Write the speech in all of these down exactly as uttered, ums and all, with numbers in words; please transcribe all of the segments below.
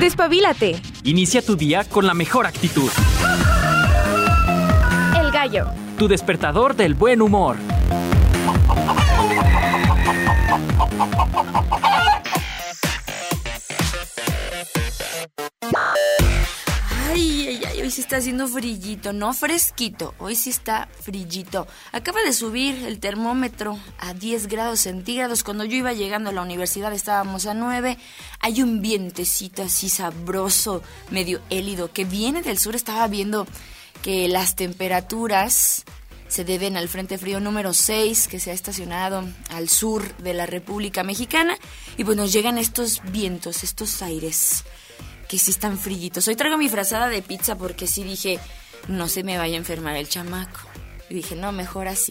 Despabilate. Inicia tu día con la mejor actitud. El Gallo. Tu despertador del buen humor. Ay, ay, ay, hoy sí está haciendo frillito, no fresquito, hoy sí está frillito. Acaba de subir el termómetro a diez grados centígrados. Cuando yo iba llegando a la universidad estábamos a nueve. Hay un vientecito así sabroso, medio hélido, que viene del sur. Estaba viendo que las temperaturas se deben al Frente Frío número seis, que se ha estacionado al sur de la República Mexicana. Y pues nos llegan estos vientos, estos aires que sí están frillitos. Hoy traigo mi frazada de pizza porque sí dije, no se me vaya a enfermar el chamaco. Y dije, no, mejor así.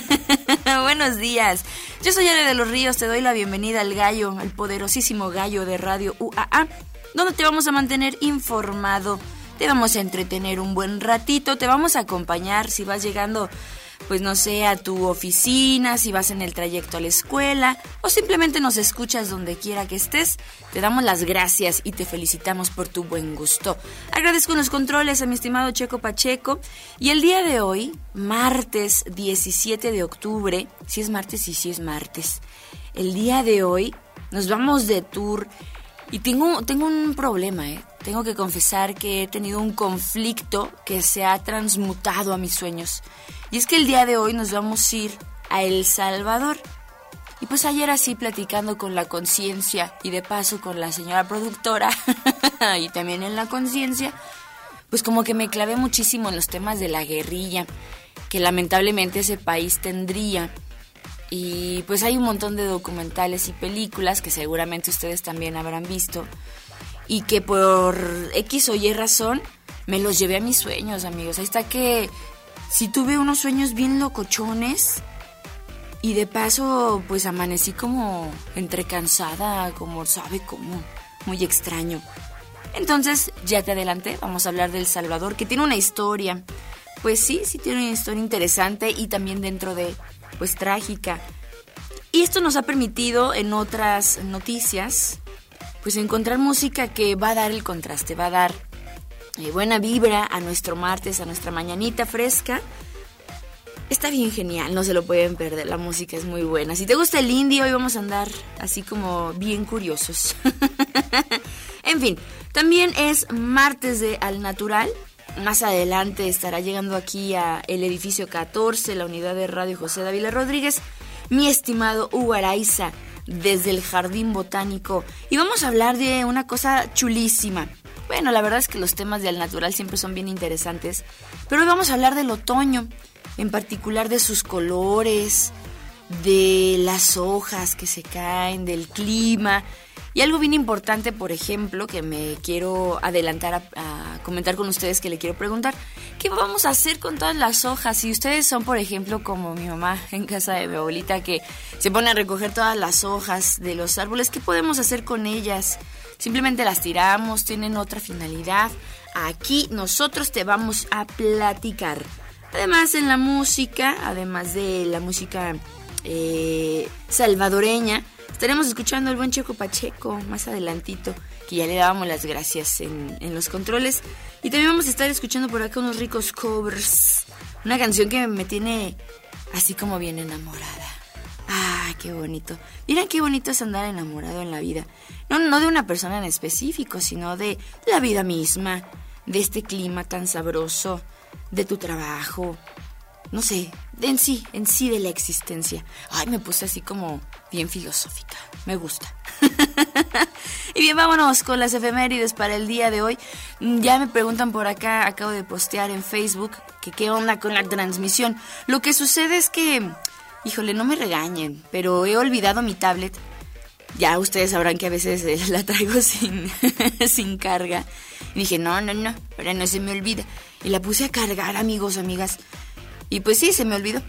Buenos días. Yo soy Ale de los Ríos, te doy la bienvenida al Gallo, el poderosísimo Gallo de Radio U A A, donde te vamos a mantener informado, te vamos a entretener un buen ratito, te vamos a acompañar si vas llegando, pues no sé, a tu oficina, si vas en el trayecto a la escuela o simplemente nos escuchas donde quiera que estés. Te damos las gracias y te felicitamos por tu buen gusto. Agradezco los controles a mi estimado Checo Pacheco. Y el día de hoy, martes diecisiete de octubre, si es martes y si es martes, el día de hoy nos vamos de tour y tengo, tengo un problema, ¿eh? Tengo que confesar que he tenido un conflicto que se ha transmutado a mis sueños. Y es que el día de hoy nos vamos a ir a El Salvador. Y pues ayer así platicando con la conciencia y de paso con la señora productora y también en la conciencia, pues como que me clavé muchísimo en los temas de la guerrilla que lamentablemente ese país tendría. Y pues hay un montón de documentales y películas que seguramente ustedes también habrán visto y que por X o Y razón me los llevé a mis sueños, amigos. Ahí está que sí tuve unos sueños bien locochones y de paso pues amanecí como entre cansada, como sabe, como muy extraño. Entonces, ya te adelanté, vamos a hablar de El Salvador, que tiene una historia. Pues sí, sí tiene una historia interesante y también dentro de, pues, trágica. Y esto nos ha permitido en otras noticias, pues encontrar música que va a dar el contraste, va a dar eh, buena vibra a nuestro martes, a nuestra mañanita fresca. Está bien genial, no se lo pueden perder, la música es muy buena. Si te gusta el indie, hoy vamos a andar así como bien curiosos. En fin, también es martes de Al Natural. Más adelante estará llegando aquí a el edificio catorce, la unidad de Radio José Dávila Rodríguez, mi estimado Hugo Araiza, desde el Jardín Botánico. Y vamos a hablar de una cosa chulísima. Bueno, la verdad es que los temas de Al Natural siempre son bien interesantes, pero hoy vamos a hablar del otoño, en particular de sus colores, de las hojas que se caen, del clima. Y algo bien importante, por ejemplo, que me quiero adelantar a, a comentar con ustedes, que le quiero preguntar, ¿qué vamos a hacer con todas las hojas? Si ustedes son, por ejemplo, como mi mamá en casa de mi abuelita, que se pone a recoger todas las hojas de los árboles, ¿qué podemos hacer con ellas? Simplemente las tiramos, tienen otra finalidad. Aquí nosotros te vamos a platicar. Además, en la música, además de la música eh, salvadoreña, estaremos escuchando al buen Checo Pacheco más adelantito, que ya le dábamos las gracias en, en los controles. Y también vamos a estar escuchando por acá unos ricos covers. Una canción que me tiene así como bien enamorada. ¡Ah, qué bonito! Miren qué bonito es andar enamorado en la vida. No, no de una persona en específico, sino de la vida misma, de este clima tan sabroso, de tu trabajo, no sé, de en sí, en sí de la existencia. Ay, me puse así como bien filosófica, me gusta. Y bien, vámonos con las efemérides para el día de hoy. Ya me preguntan por acá, acabo de postear en Facebook, que qué onda con la transmisión. Lo que sucede es que, híjole, no me regañen, pero he olvidado mi tablet. Ya ustedes sabrán que a veces la traigo sin, sin carga. Y dije, no, no, no, pero no se me olvida. Y la puse a cargar, amigos, amigas. Y pues sí, se me olvidó.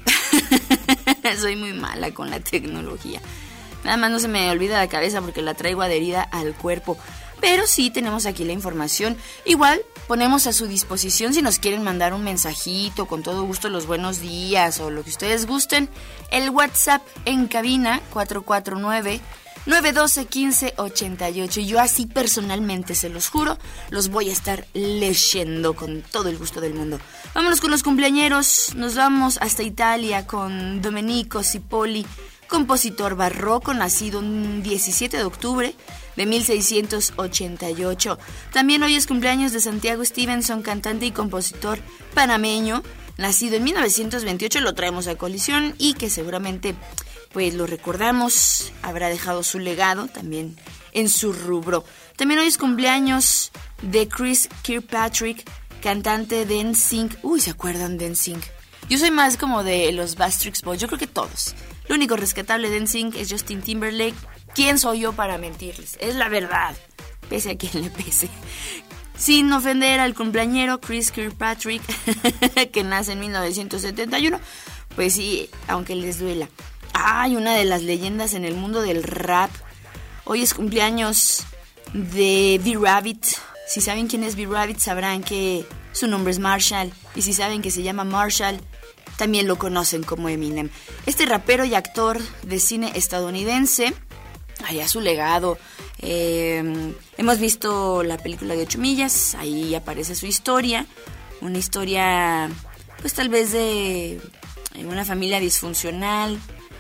Soy muy mala con la tecnología. Nada más no se me olvida la cabeza porque la traigo adherida al cuerpo. Pero sí tenemos aquí la información. Igual ponemos a su disposición si nos quieren mandar un mensajito, con todo gusto los buenos días o lo que ustedes gusten. El WhatsApp en cabina cuatro cuatro nueve, nueve uno dos, uno cinco ocho ocho. Y yo así personalmente, se los juro, los voy a estar leyendo con todo el gusto del mundo. Vámonos con los cumpleañeros. Nos vamos hasta Italia con Domenico Cipolla, compositor barroco, nacido un diecisiete de octubre de mil seiscientos ochenta y ocho. También hoy es cumpleaños de Santiago Stevenson, cantante y compositor panameño, nacido en mil novecientos veintiocho, lo traemos a colisión y que seguramente pues lo recordamos, habrá dejado su legado también en su rubro. También hoy es cumpleaños de Chris Kirkpatrick, cantante de N Sync. Uy, ¿se acuerdan de N Sync? Yo soy más como de los Backstreet Boys, yo creo que todos. Lo único rescatable de N Sync es Justin Timberlake. ¿Quién soy yo para mentirles? Es la verdad, pese a quien le pese. Sin ofender al cumpleañero Chris Kirkpatrick, que nace en mil novecientos setenta y uno, pues sí, aunque les duela. Ay, una de las leyendas en el mundo del rap. Hoy es cumpleaños de B-Rabbit. Si saben quién es B-Rabbit, sabrán que su nombre es Marshall. Y si saben que se llama Marshall, también lo conocen como Eminem. Este rapero y actor de cine estadounidense, allá su legado. Eh, hemos visto la película de Ocho Millas, ahí aparece su historia. Una historia, pues tal vez de una familia disfuncional,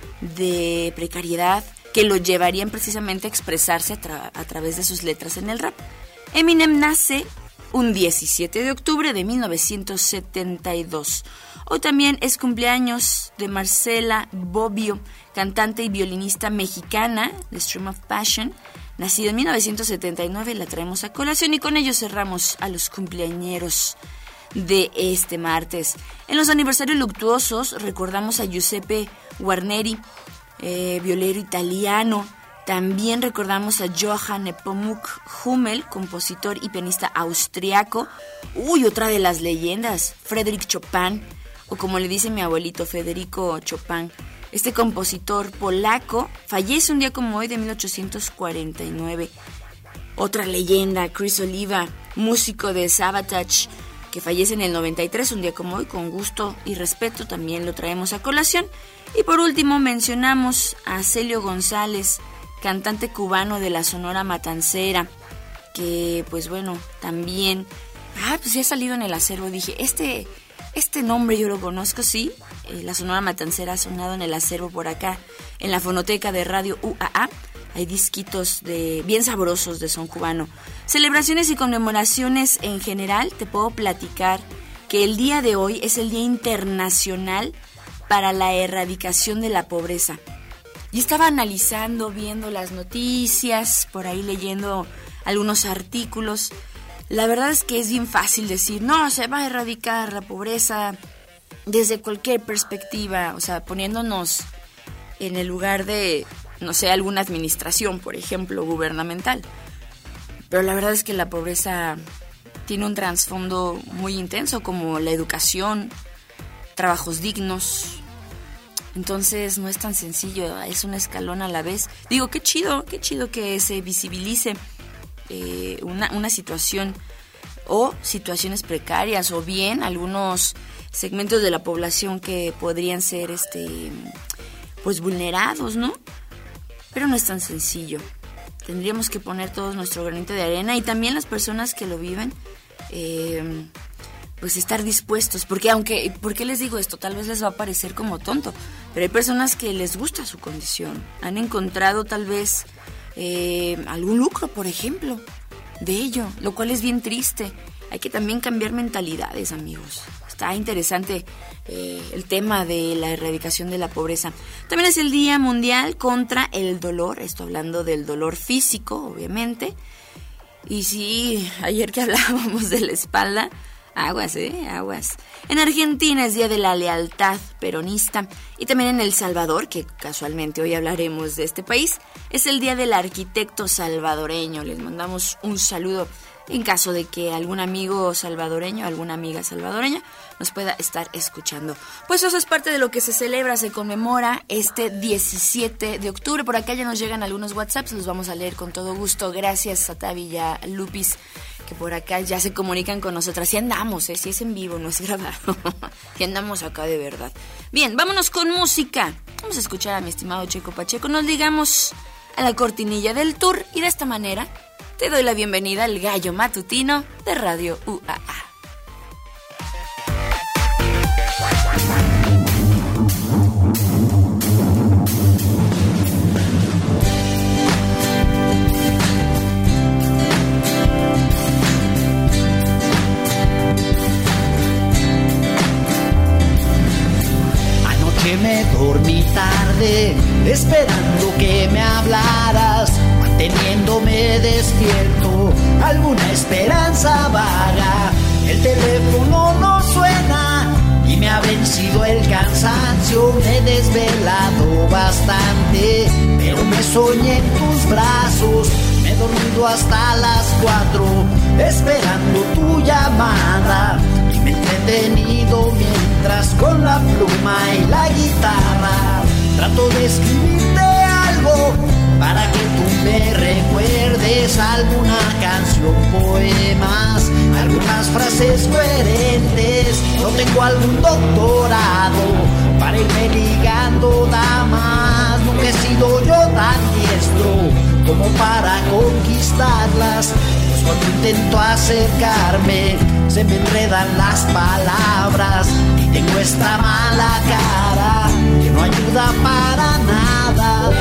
de precariedad, que lo llevarían precisamente a expresarse a, tra- a través de sus letras en el rap. Eminem nace un diecisiete de octubre de mil novecientos setenta y dos. Hoy también es cumpleaños de Marcela Bobbio, cantante y violinista mexicana de Stream of Passion, nacida en mil novecientos setenta y nueve, la traemos a colación y con ello cerramos a los cumpleañeros de este martes. En los aniversarios luctuosos recordamos a Giuseppe Guarneri, eh, violero italiano. También recordamos a Johann Nepomuk Hummel, compositor y pianista austriaco. Uy, otra de las leyendas, Frédéric Chopin, o como le dice mi abuelito, Federico Chopin. Este compositor polaco fallece un día como hoy de mil ochocientos cuarenta y nueve. Otra leyenda, Chris Oliva, músico de Savatage, que fallece en el noventa y tres, un día como hoy, con gusto y respeto, también lo traemos a colación. Y por último mencionamos a Celio González, cantante cubano de la Sonora Matancera, que pues bueno, también, ah, pues ya ha salido en el acervo, dije, este, este nombre yo lo conozco, sí, eh, la Sonora Matancera ha sonado en el acervo por acá, en la fonoteca de Radio U A A. Hay disquitos de bien sabrosos de son cubano. Celebraciones y conmemoraciones en general, te puedo platicar que el día de hoy es el Día Internacional para la Erradicación de la Pobreza. Y estaba analizando, viendo las noticias, por ahí leyendo algunos artículos. La verdad es que es bien fácil decir, no, se va a erradicar la pobreza desde cualquier perspectiva, o sea, poniéndonos en el lugar de, no sé, alguna administración, por ejemplo, gubernamental. Pero la verdad es que la pobreza tiene un trasfondo muy intenso, como la educación, trabajos dignos. Entonces no es tan sencillo, es un escalón a la vez. Digo, qué chido, qué chido que se visibilice eh, una, una situación o situaciones precarias, o bien algunos segmentos de la población que podrían ser este pues vulnerados, ¿no? Pero no es tan sencillo. Tendríamos que poner todos nuestro granito de arena, y también las personas que lo viven, eh, pues estar dispuestos, porque aunque, ¿por qué les digo esto? Tal vez les va a parecer como tonto, pero hay personas que les gusta su condición, han encontrado tal vez eh, algún lucro, por ejemplo, de ello, lo cual es bien triste. Hay que también cambiar mentalidades, amigos. Está interesante eh, el tema de la erradicación de la pobreza. También es el Día Mundial contra el Dolor, esto hablando del dolor físico, obviamente. Y sí, ayer que hablábamos de la espalda, aguas, eh, aguas. En Argentina es Día de la Lealtad Peronista, y también en El Salvador, que casualmente hoy hablaremos de este país, es el Día del Arquitecto Salvadoreño. Les mandamos un saludo en caso de que algún amigo salvadoreño, alguna amiga salvadoreña nos pueda estar escuchando. Pues eso es parte de lo que se celebra, se conmemora este diecisiete de octubre. Por acá ya nos llegan algunos WhatsApps, los vamos a leer con todo gusto. Gracias a Tavi y a Lupis, que por acá ya se comunican con nosotras. Si andamos, ¿eh? Si es en vivo, no es grabado. Si andamos acá de verdad. Bien, vámonos con música. Vamos a escuchar a mi estimado Checo Pacheco. Nos ligamos a la cortinilla del tour y de esta manera te doy la bienvenida al Gallo Matutino de Radio U A A. Anoche me dormí tarde, esperando que me hablaras, manteniéndome despierto, alguna esperanza vaga. El teléfono no suena y me ha vencido el cansancio. Me he desvelado bastante, pero me soñé en tus brazos. Me he dormido hasta las cuatro, esperando tu llamada. Y me he entretenido mientras con la pluma y la guitarra trato de escribirte algo para que tú me recuerdes, alguna canción, poemas, algunas frases coherentes. No tengo algún doctorado para irme ligando damas. Nunca he sido yo tan diestro como para conquistarlas, pues cuando intento acercarme se me enredan las palabras y tengo esta mala cara que no ayuda para nada.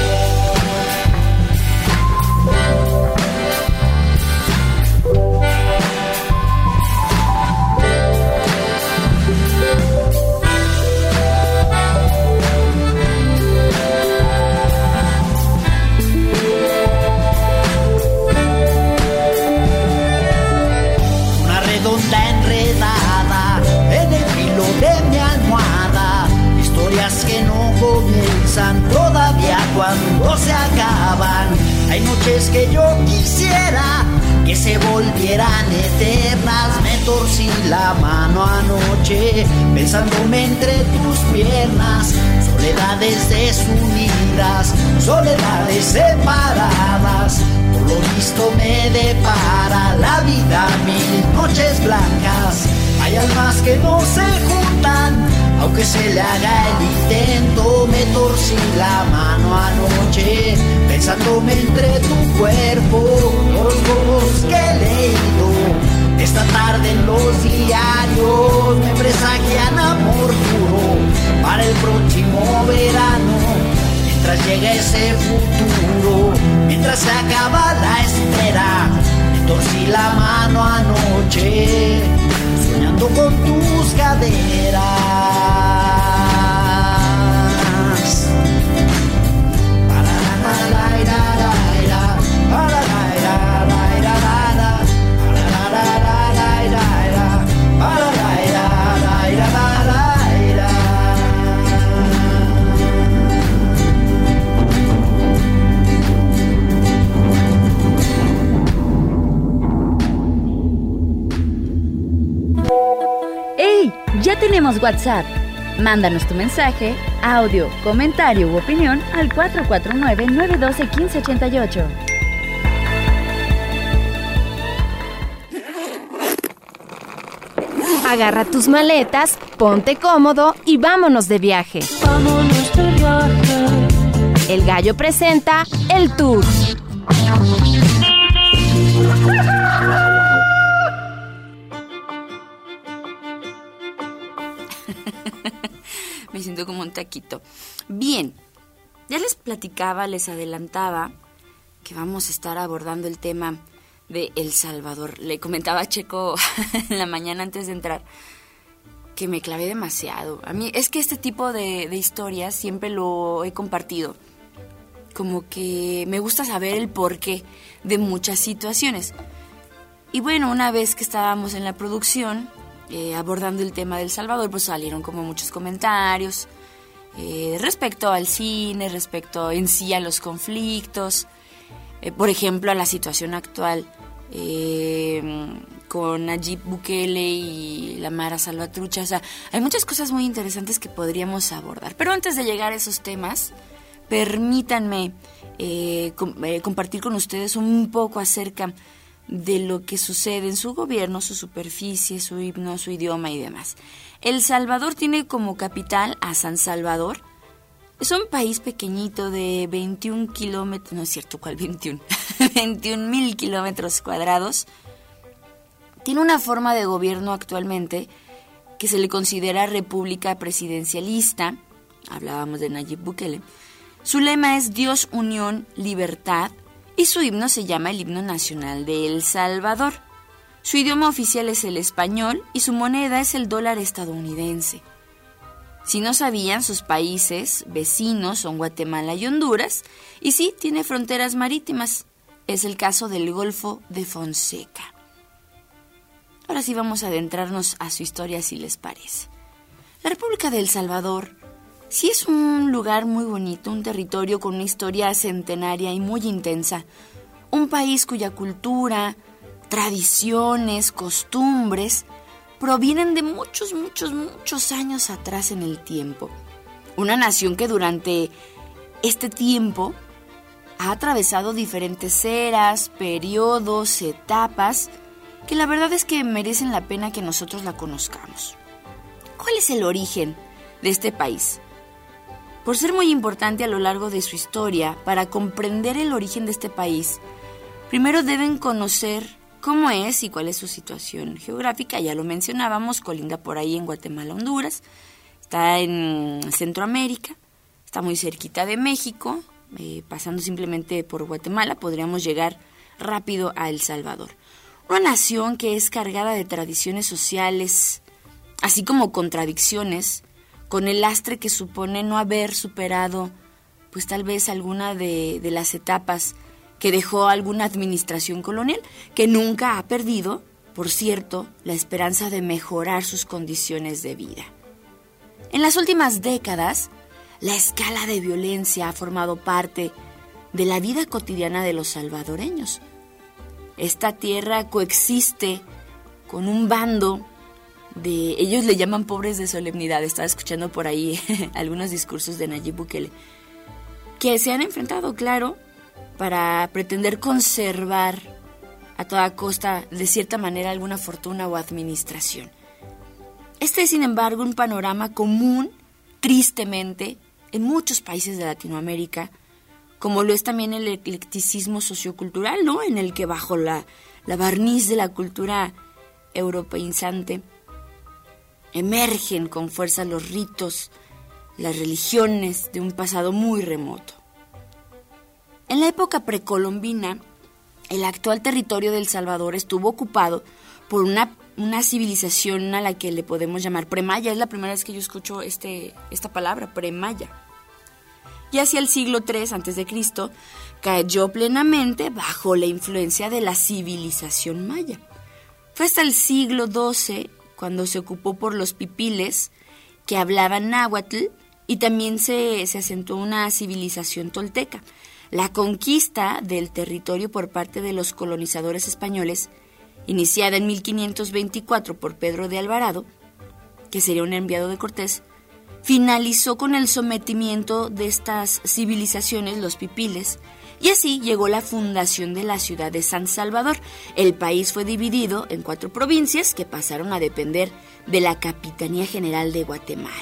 Una redonda enredada en el filo de mi almohada, historias que no comienzan todavía cuando se acaban. Hay noches que yo quisiera que se volvieran eternas. Me torcí la mano anoche pensándome entre tus piernas. Soledades desunidas, soledades separadas. Por lo visto me depara la vida mil noches blancas. Hay almas que no se juntan, aunque se le haga el intento. Me torcí la mano anoche pensándome entre tu cuerpo. Horóscopos que he leído esta tarde en los diarios me presagian amor puro para el próximo verano. Mientras llega ese futuro, mientras se acaba la espera, me torcí la mano anoche soñando con tus caderas. ¡Hey! Ya tenemos WhatsApp. Mándanos tu mensaje, audio, comentario u opinión al cuatro cuatro nueve, nueve uno dos, uno cinco ocho ocho. Agarra tus maletas, ponte cómodo y vámonos de viaje. Vámonos de viaje. El Gallo presenta el tour. Me siento como un taquito. Bien, ya les platicaba, les adelantaba que vamos a estar abordando el tema de El Salvador. Le comentaba a Checo en la mañana antes de entrar que me clavé demasiado. A mí es que este tipo de, de historias siempre lo he compartido. Como que me gusta saber el porqué de muchas situaciones. Y bueno, una vez que estábamos en la producción eh, abordando el tema del Salvador, pues salieron como muchos comentarios eh, respecto al cine, respecto en sí a los conflictos, eh, por ejemplo a la situación actual eh, con Nayib Bukele y la Mara Salvatrucha. O sea, hay muchas cosas muy interesantes que podríamos abordar. Pero antes de llegar a esos temas, permítanme eh, com- eh, compartir con ustedes un poco acerca de lo que sucede en su gobierno, su superficie, su himno, su idioma y demás. El Salvador tiene como capital a San Salvador, Es un país pequeñito de veintiún kilómetros, no es cierto, ¿cuál veintiuno? veintiún mil kilómetros cuadrados. Tiene una forma de gobierno actualmente que se le considera república presidencialista. Hablábamos de Nayib Bukele. Su lema es Dios, Unión, Libertad y su himno se llama el himno nacional de El Salvador. Su idioma oficial es el español y su moneda es el dólar estadounidense. Si no sabían, sus países vecinos son Guatemala y Honduras, y sí, tiene fronteras marítimas. Es el caso del Golfo de Fonseca. Ahora sí vamos a adentrarnos a su historia, si les parece. La República de El Salvador sí es un lugar muy bonito, un territorio con una historia centenaria y muy intensa. Un país cuya cultura, tradiciones, costumbres provienen de muchos, muchos, muchos años atrás en el tiempo. Una nación que durante este tiempo ha atravesado diferentes eras, periodos, etapas, que la verdad es que merecen la pena que nosotros la conozcamos. ¿Cuál es el origen de este país? Por ser muy importante a lo largo de su historia, para comprender el origen de este país, primero deben conocer cómo es y cuál es su situación geográfica. Ya lo mencionábamos, colinda por ahí en Guatemala, Honduras, está en Centroamérica, está muy cerquita de México, eh, pasando simplemente por Guatemala podríamos llegar rápido a El Salvador. Una nación que es cargada de tradiciones sociales, así como contradicciones, con el lastre que supone no haber superado, pues tal vez alguna de, de las etapas que dejó alguna administración colonial, que nunca ha perdido, por cierto, la esperanza de mejorar sus condiciones de vida. En las últimas décadas, la escala de violencia ha formado parte de la vida cotidiana de los salvadoreños. Esta tierra coexiste con un bando de, ellos le llaman pobres de solemnidad, estaba escuchando por ahí algunos discursos de Nayib Bukele, que se han enfrentado, claro, para pretender conservar a toda costa, de cierta manera, alguna fortuna o administración. Este es, sin embargo, un panorama común, tristemente, en muchos países de Latinoamérica, como lo es también el eclecticismo sociocultural, ¿no? En el que bajo la, la barniz de la cultura europeizante emergen con fuerza los ritos, las religiones de un pasado muy remoto. En la época precolombina, el actual territorio de El Salvador estuvo ocupado por una, una civilización a la que le podemos llamar premaya. Es la primera vez que yo escucho este, esta palabra, premaya. Y hacia el siglo tres antes de Cristo cayó plenamente bajo la influencia de la civilización maya. Fue hasta el siglo doce cuando se ocupó por los pipiles, que hablaban náhuatl, y también se, se acentuó una civilización tolteca. La conquista del territorio por parte de los colonizadores españoles, iniciada en mil quinientos veinticuatro por Pedro de Alvarado, que sería un enviado de Cortés, finalizó con el sometimiento de estas civilizaciones, los pipiles, y así llegó la fundación de la ciudad de San Salvador. El país fue dividido en cuatro provincias que pasaron a depender de la Capitanía General de Guatemala.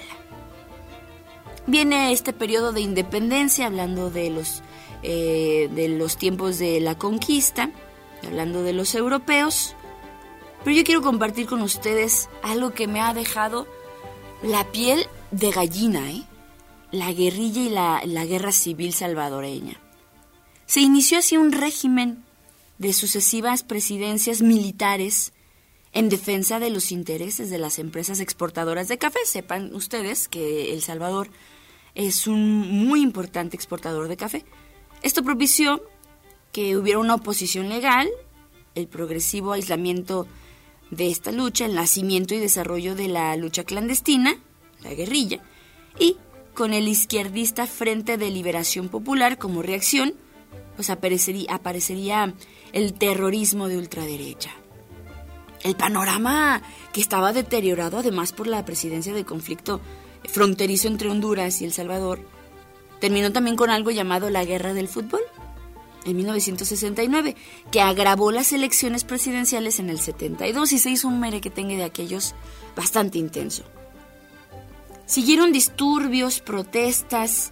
Viene este periodo de independencia, hablando de los Eh, de los tiempos de la conquista, hablando de los europeos, pero yo quiero compartir con ustedes algo que me ha dejado la piel de gallina, ¿eh? La guerrilla y la, la guerra civil salvadoreña. Se inició así un régimen de sucesivas presidencias militares en defensa de los intereses de las empresas exportadoras de café. Sepan ustedes que El Salvador es un muy importante exportador de café. Esto propició que hubiera una oposición legal, el progresivo aislamiento de esta lucha, el nacimiento y desarrollo de la lucha clandestina, la guerrilla, y con el izquierdista Frente de Liberación Popular como reacción, pues aparecería, aparecería el terrorismo de ultraderecha. El panorama, que estaba deteriorado además por la presidencia del conflicto fronterizo entre Honduras y El Salvador, terminó también con algo llamado la Guerra del Fútbol, en mil novecientos sesenta y nueve, que agravó las elecciones presidenciales en el setenta y dos y se hizo un merequetengue de aquellos bastante intenso. Siguieron disturbios, protestas,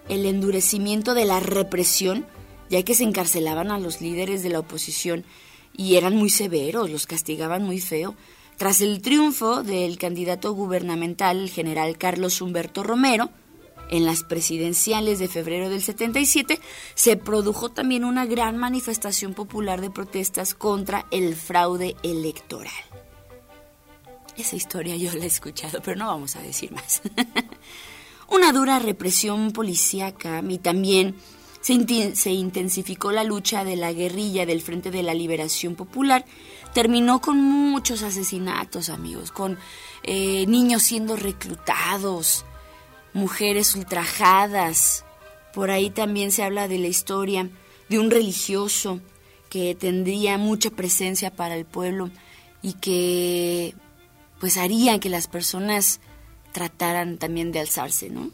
el endurecimiento de la represión, ya que se encarcelaban a los líderes de la oposición y eran muy severos, los castigaban muy feo. Tras el triunfo del candidato gubernamental, el general Carlos Humberto Romero, en las presidenciales de febrero del setenta y siete, se produjo también una gran manifestación popular de protestas contra el fraude electoral. Esa historia yo la he escuchado, pero no vamos a decir más. Una dura represión policíaca y también se, inti- se intensificó la lucha de la guerrilla del Frente de la Liberación Popular. Terminó con muchos asesinatos, amigos, con eh, niños siendo reclutados, mujeres ultrajadas. Por ahí también se habla de la historia de un religioso que tendría mucha presencia para el pueblo y que pues haría que las personas trataran también de alzarse, ¿no?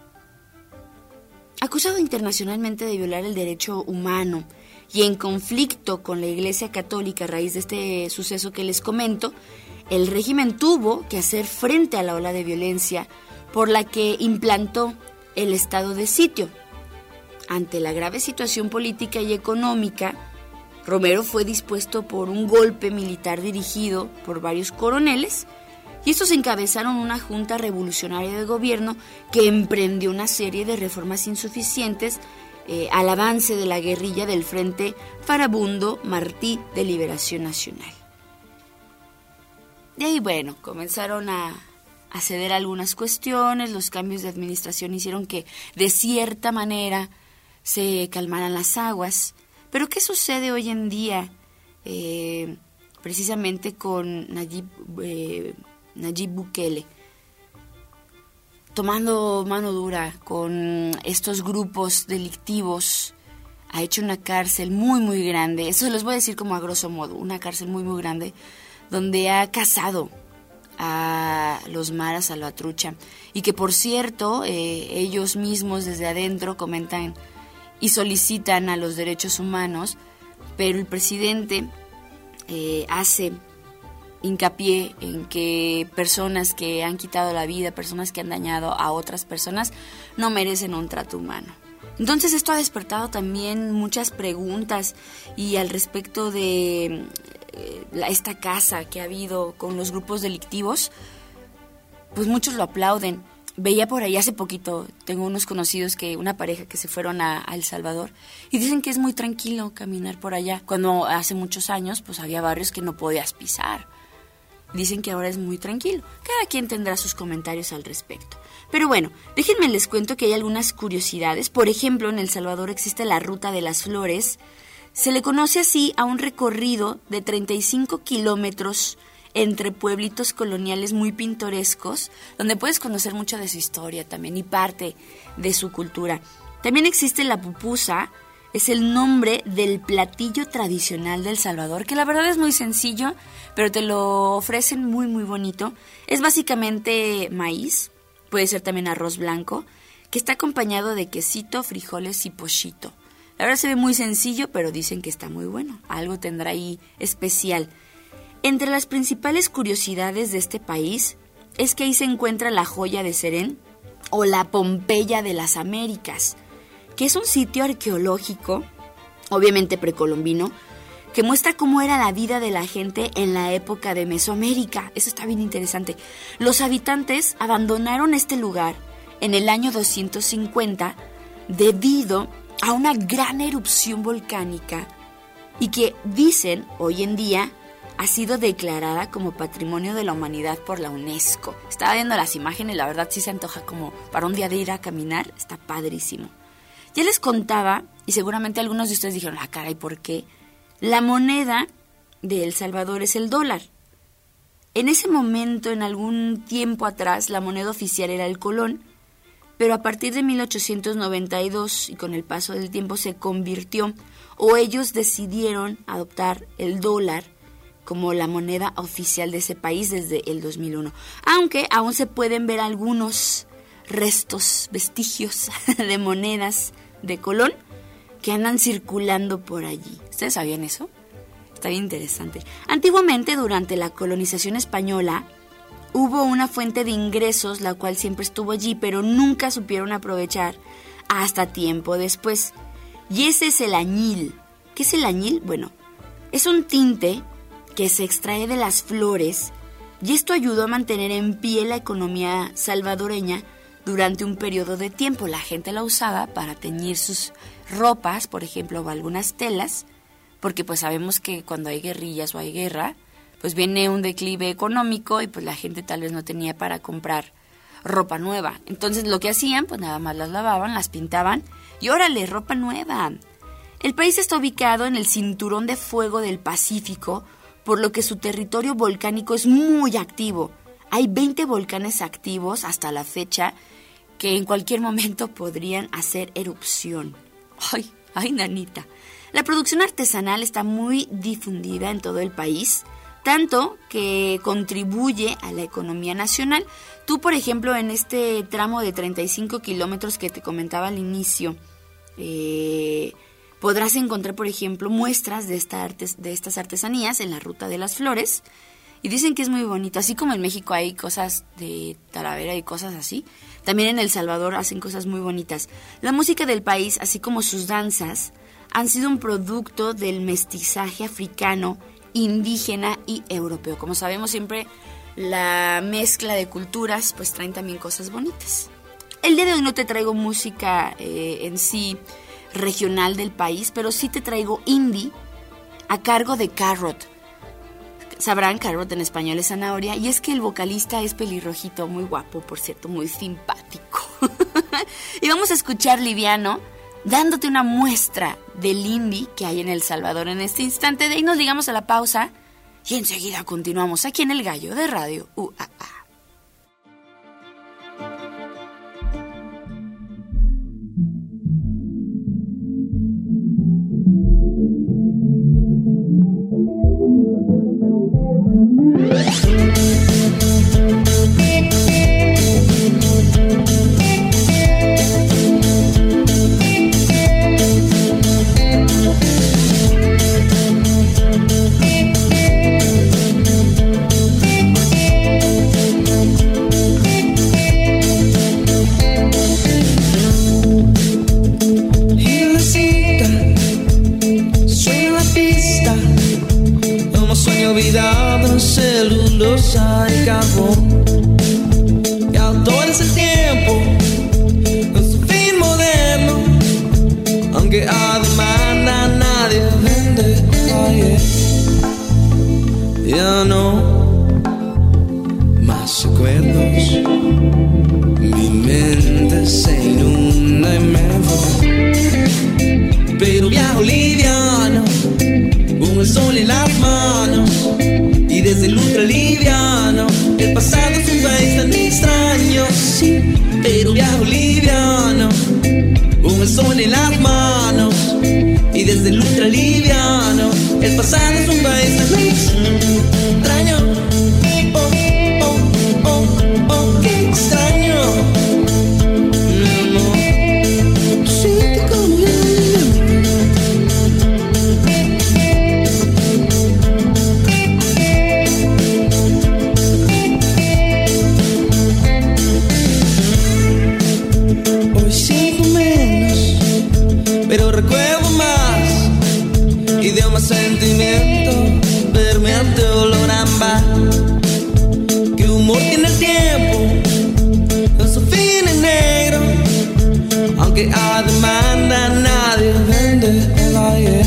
Acusado internacionalmente de violar el derecho humano y en conflicto con la Iglesia Católica a raíz de este suceso que les comento, el régimen tuvo que hacer frente a la ola de violencia por la que implantó el estado de sitio. Ante la grave situación política y económica, Romero fue dispuesto por un golpe militar dirigido por varios coroneles, y estos encabezaron una junta revolucionaria de gobierno que emprendió una serie de reformas insuficientes eh, al avance de la guerrilla del Frente Farabundo Martí de Liberación Nacional. De ahí, bueno, comenzaron a, a ceder algunas cuestiones, los cambios de administración hicieron que de cierta manera se calmaran las aguas. Pero ¿qué sucede hoy en día eh, precisamente con Nayib eh, Nayib Bukele, tomando mano dura con estos grupos delictivos? Ha hecho una cárcel muy muy grande, eso se los voy a decir como a grosso modo, una cárcel muy muy grande, donde ha cazado a los maras salvatrucha, y que por cierto, eh, ellos mismos desde adentro comentan y solicitan a los derechos humanos, pero el presidente eh, hace hincapié en que personas que han quitado la vida, personas que han dañado a otras personas, no merecen un trato humano. Entonces esto ha despertado también muchas preguntas y al respecto de eh, la, esta caza que ha habido con los grupos delictivos, pues muchos lo aplauden. Veía por ahí hace poquito, tengo unos conocidos que una pareja que se fueron a, a El Salvador y dicen que es muy tranquilo caminar por allá, cuando hace muchos años pues había barrios que no podías pisar. Dicen que ahora es muy tranquilo. Cada quien tendrá sus comentarios al respecto. Pero bueno, déjenme les cuento que hay algunas curiosidades. Por ejemplo, en El Salvador existe la Ruta de las Flores. Se le conoce así a un recorrido de treinta y cinco kilómetros entre pueblitos coloniales muy pintorescos, donde puedes conocer mucho de su historia también y parte de su cultura. También existe la pupusa. Es el nombre del platillo tradicional de El Salvador, que la verdad es muy sencillo, pero te lo ofrecen muy muy bonito. Es básicamente maíz, puede ser también arroz blanco, que está acompañado de quesito, frijoles y pochito. La verdad se ve muy sencillo, pero dicen que está muy bueno, algo tendrá ahí especial. Entre las principales curiosidades de este país es que ahí se encuentra la joya de Serén o la Pompeya de las Américas, que es un sitio arqueológico, obviamente precolombino, que muestra cómo era la vida de la gente en la época de Mesoamérica. Eso está bien interesante. Los habitantes abandonaron este lugar en el año doscientos cincuenta debido a una gran erupción volcánica y que dicen hoy en día ha sido declarada como Patrimonio de la Humanidad por la UNESCO. Estaba viendo las imágenes, la verdad sí se antoja como para un día de ir a caminar, está padrísimo. Ya les contaba, y seguramente algunos de ustedes dijeron, ah, caray, ¿por qué? La moneda de El Salvador es el dólar. En ese momento, en algún tiempo atrás, la moneda oficial era el colón, pero a partir de mil ochocientos noventa y dos, y con el paso del tiempo, se convirtió, o ellos decidieron adoptar el dólar como la moneda oficial de ese país desde el dos mil uno. Aunque aún se pueden ver algunos restos, vestigios de monedas de Colón que andan circulando por allí. ¿Ustedes sabían eso? Está bien interesante. Antiguamente, durante la colonización española, hubo una fuente de ingresos la cual siempre estuvo allí, pero nunca supieron aprovechar hasta tiempo después. Y ese es el añil. ¿Qué es el añil? Bueno, es un tinte que se extrae de las flores y esto ayudó a mantener en pie la economía salvadoreña durante un periodo de tiempo. La gente la usaba para teñir sus ropas, por ejemplo, o algunas telas, porque pues sabemos que cuando hay guerrillas o hay guerra, pues viene un declive económico y pues la gente tal vez no tenía para comprar ropa nueva. Entonces lo que hacían, pues nada más las lavaban, las pintaban y órale, ropa nueva. El país está ubicado en el cinturón de fuego del Pacífico, por lo que su territorio volcánico es muy activo. Hay veinte volcanes activos hasta la fecha que en cualquier momento podrían hacer erupción. Ay, ay, nanita. La producción artesanal está muy difundida en todo el país, tanto que contribuye a la economía nacional. Tú, por ejemplo, en este tramo de treinta y cinco kilómetros que te comentaba al inicio, eh, podrás encontrar, por ejemplo, muestras de, esta artes, de estas artesanías en la Ruta de las Flores. Y dicen que es muy bonito. Así como en México hay cosas de Talavera y cosas así, también en El Salvador hacen cosas muy bonitas. La música del país, así como sus danzas, han sido un producto del mestizaje africano, indígena y europeo. Como sabemos, siempre la mezcla de culturas pues traen también cosas bonitas. El día de hoy no te traigo música eh, en sí regional del país, pero sí te traigo indie a cargo de Carrot. Sabrán, Carrot en español es zanahoria, y es que el vocalista es pelirrojito, muy guapo, por cierto, muy simpático. Y vamos a escuchar Liviano, dándote una muestra del indie que hay en El Salvador en este instante. De ahí nos ligamos a la pausa y enseguida continuamos aquí en El Gallo de Radio U A A. celulosa y carbón. Y ahora es el tiempo, es un fin moderno, aunque a demanda nadie vende. Ayer ya no más recuerdos, mi mente se inunda y me voy, pero viajo liviano con el sol en las manos. Y desde el ultra liviano, el pasado es un país tan extraño, sí, pero viajo liviano, con el sol en las manos. Y desde el ultra liviano, el pasado es un país tan extraño. Oh, oh, oh, oh, qué extraño. Mi amor, tú sientes como yo. Pero recuerdo más, idioma, sentimiento, permeante olor a ámbar. Que humor tiene el tiempo, con su fin en negro, aunque a demanda nadie vende el ayer.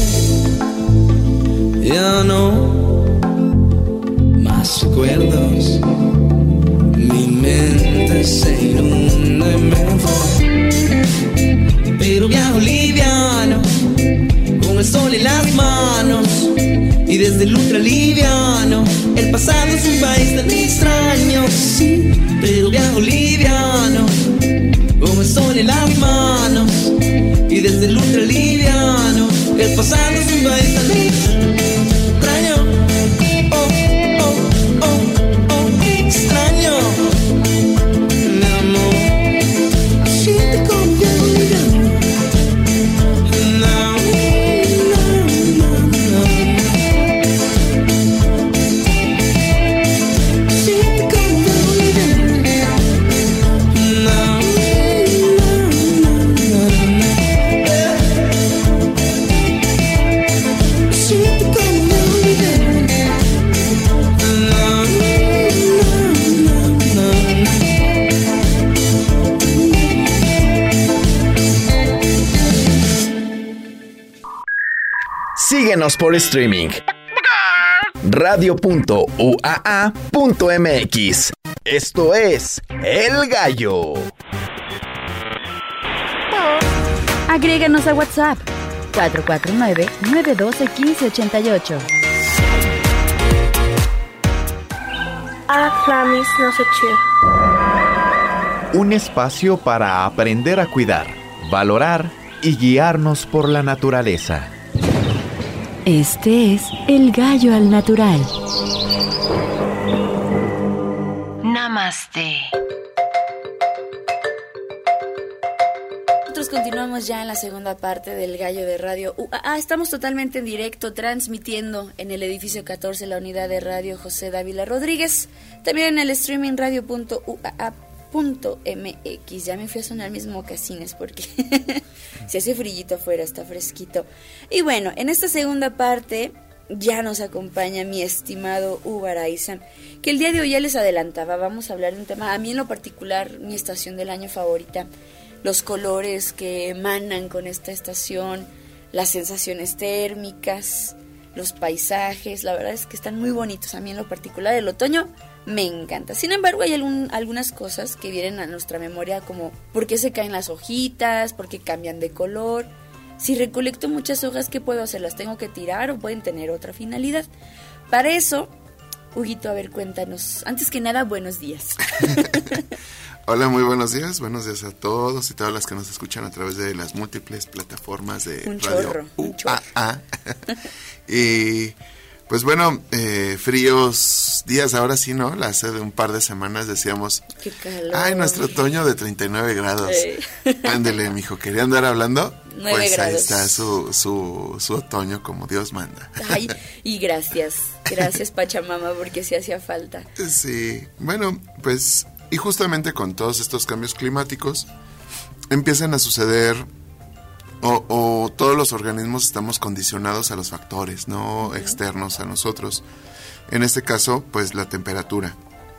Ya no más recuerdos, mi mente se inunda y me voy, pero viajo liviano, con el sol en las manos. Y desde el ultra liviano, el pasado es un país tan extraño, sí, pero viajo liviano, con el sol en las manos. Y desde el ultra liviano, el pasado es un país tan extraño. Oh, oh, oh, oh, extraño. Mi amor, siente como viajo liviano. Síguenos por streaming. radio punto u a a punto m x. Esto es El Gallo. Agréganos a WhatsApp cuatro cuatro nueve, nueve uno dos, uno cinco ocho ocho. A Flamis no se Un espacio para aprender a cuidar, valorar y guiarnos por la naturaleza. Este es El Gallo al Natural. Namaste. Nosotros continuamos ya en la segunda parte del Gallo de Radio U A A. Estamos totalmente en directo, transmitiendo en el edificio catorce, la unidad de radio José Dávila Rodríguez. También en el streaming radio punto u a a punto m x. Ya me fui a sonar mis mocasines porque se hace frillito afuera, está fresquito. Y bueno, en esta segunda parte ya nos acompaña mi estimado Hugo Araiza, que el día de hoy ya les adelantaba, vamos a hablar de un tema, a mí en lo particular, mi estación del año favorita, los colores que emanan con esta estación, las sensaciones térmicas, los paisajes, la verdad es que están muy bonitos. A mí en lo particular el otoño me encanta. Sin embargo, hay algún, algunas cosas que vienen a nuestra memoria, como por qué se caen las hojitas, por qué cambian de color. Si recolecto muchas hojas, ¿qué puedo hacer? ¿Las tengo que tirar o pueden tener otra finalidad? Para eso, Huguito, a ver, cuéntanos. Antes que nada, buenos días. Hola, muy buenos días. Buenos días a todos y todas las que nos escuchan a través de las múltiples plataformas de un Radio chorro, U A A. Y pues bueno, eh, fríos días ahora sí, ¿no? Hace de un par de semanas decíamos, qué calor. Ay, nuestro otoño de treinta y nueve grados. Eh. Ándele, mijo, ¿quería andar hablando? nueve pues grados. Ahí está su, su, su otoño como Dios manda. Ay, y gracias, gracias Pachamama, porque sí hacía falta. Sí, bueno, pues, y justamente con todos estos cambios climáticos empiezan a suceder, o, o todos los organismos estamos condicionados a los factores, ¿no? Uh-huh. Externos a nosotros. En este caso, pues la temperatura.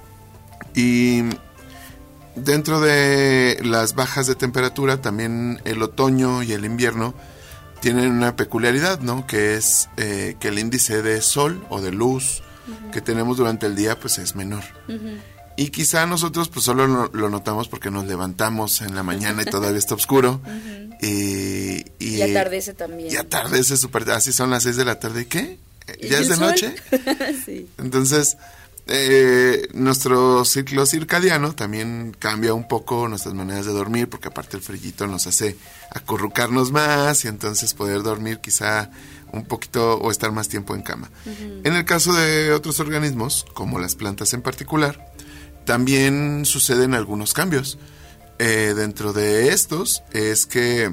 Y dentro de las bajas de temperatura, también el otoño y el invierno tienen una peculiaridad, ¿no? Que es eh, que el índice de sol o de luz uh-huh. que tenemos durante el día, pues es menor. Uh-huh. Y quizá nosotros pues solo lo, lo notamos porque nos levantamos en la mañana y todavía está oscuro. Uh-huh. y, y, y atardece también. Y atardece súper, así son las seis de la tarde. ¿Y qué? ¿Ya es de sol? noche? Sí. Entonces, eh, nuestro ciclo circadiano también cambia un poco nuestras maneras de dormir, porque aparte el frillito nos hace acurrucarnos más y entonces poder dormir quizá un poquito o estar más tiempo en cama. Uh-huh. En el caso de otros organismos, como las plantas en particular, también suceden algunos cambios. Eh, dentro de estos es que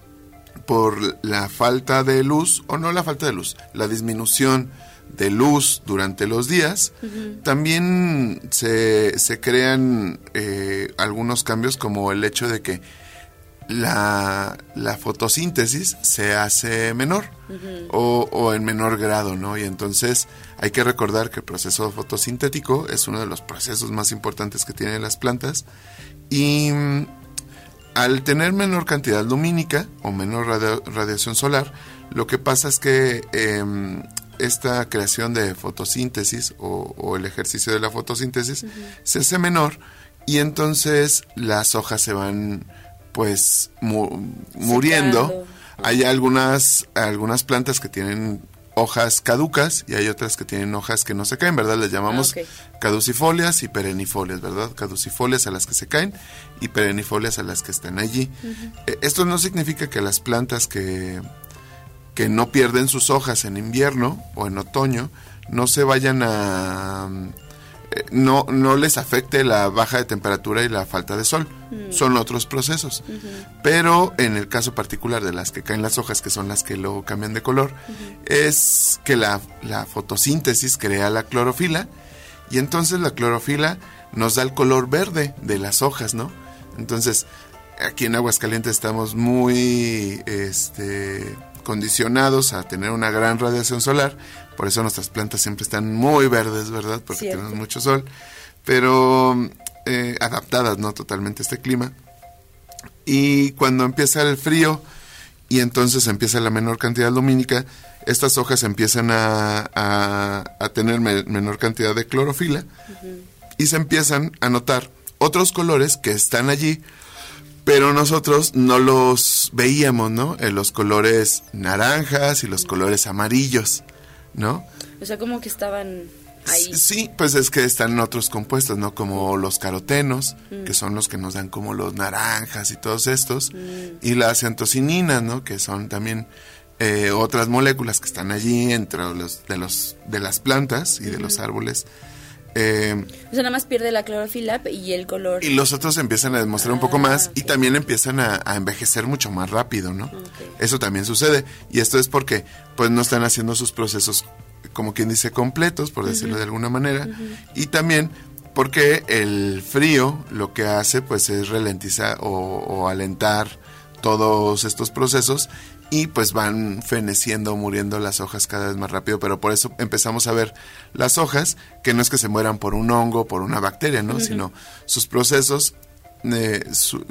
por la falta de luz, o no la falta de luz, la disminución de luz durante los días, uh-huh. también se, se crean eh, algunos cambios, como el hecho de que la, la fotosíntesis se hace menor uh-huh. o, o en menor grado, ¿no? Y entonces hay que recordar que el proceso fotosintético es uno de los procesos más importantes que tienen las plantas, y al tener menor cantidad lumínica o menor radio, radiación solar, lo que pasa es que eh, esta creación de fotosíntesis o, o el ejercicio de la fotosíntesis uh-huh. se hace menor, y entonces las hojas se van pues mu- muriendo. Uh-huh. Hay algunas, algunas plantas que tienen hojas caducas y hay otras que tienen hojas que no se caen, ¿verdad? Les llamamos ah, okay. caducifolias y perennifolias, ¿verdad? Caducifolias a las que se caen y perennifolias a las que están allí. Uh-huh. Eh, esto no significa que las plantas que, que no pierden sus hojas en invierno o en otoño no se vayan a... Eh, no, no les afecte la baja de temperatura y la falta de sol. Uh-huh. Son otros procesos. Uh-huh. Pero en el caso particular de las que caen las hojas, que son las que luego cambian de color, uh-huh. es que la, la fotosíntesis crea la clorofila, y entonces la clorofila nos da el color verde de las hojas, ¿no? Entonces, aquí en Aguascalientes estamos muy este, condicionados a tener una gran radiación solar. Por eso nuestras plantas siempre están muy verdes, ¿verdad? Porque Cierto. tenemos mucho sol, pero eh, adaptadas, ¿no? Totalmente a este clima. Y cuando empieza el frío y entonces empieza la menor cantidad lumínica. Estas hojas empiezan a, a, a tener me, menor cantidad de clorofila uh-huh. y se empiezan a notar otros colores que están allí, pero nosotros no los veíamos, ¿no? En los colores naranjas y los colores amarillos, ¿no? O sea, como que estaban ahí. Sí, pues es que están otros compuestos, ¿no? Como los carotenos, mm. que son los que nos dan como los naranjas y todos estos, mm. y las antocininas, ¿no? Que son también eh, otras moléculas que están allí entre los de los de las plantas y mm. de los árboles. Eh, o sea, nada más pierde la clorofila y el color. Y los otros empiezan a demostrar ah, un poco más okay. y también empiezan a, a envejecer mucho más rápido, ¿no? Okay. Eso también sucede. Y esto es porque pues no están haciendo sus procesos, como quien dice, completos, por decirlo uh-huh. de alguna manera. Uh-huh. Y también porque el frío lo que hace pues es ralentizar o, o alentar todos estos procesos y pues van feneciendo, muriendo las hojas cada vez más rápido, pero por eso empezamos a ver las hojas que no es que se mueran por un hongo, por una bacteria, ¿no? Uh-huh. Sino sus procesos, eh, su,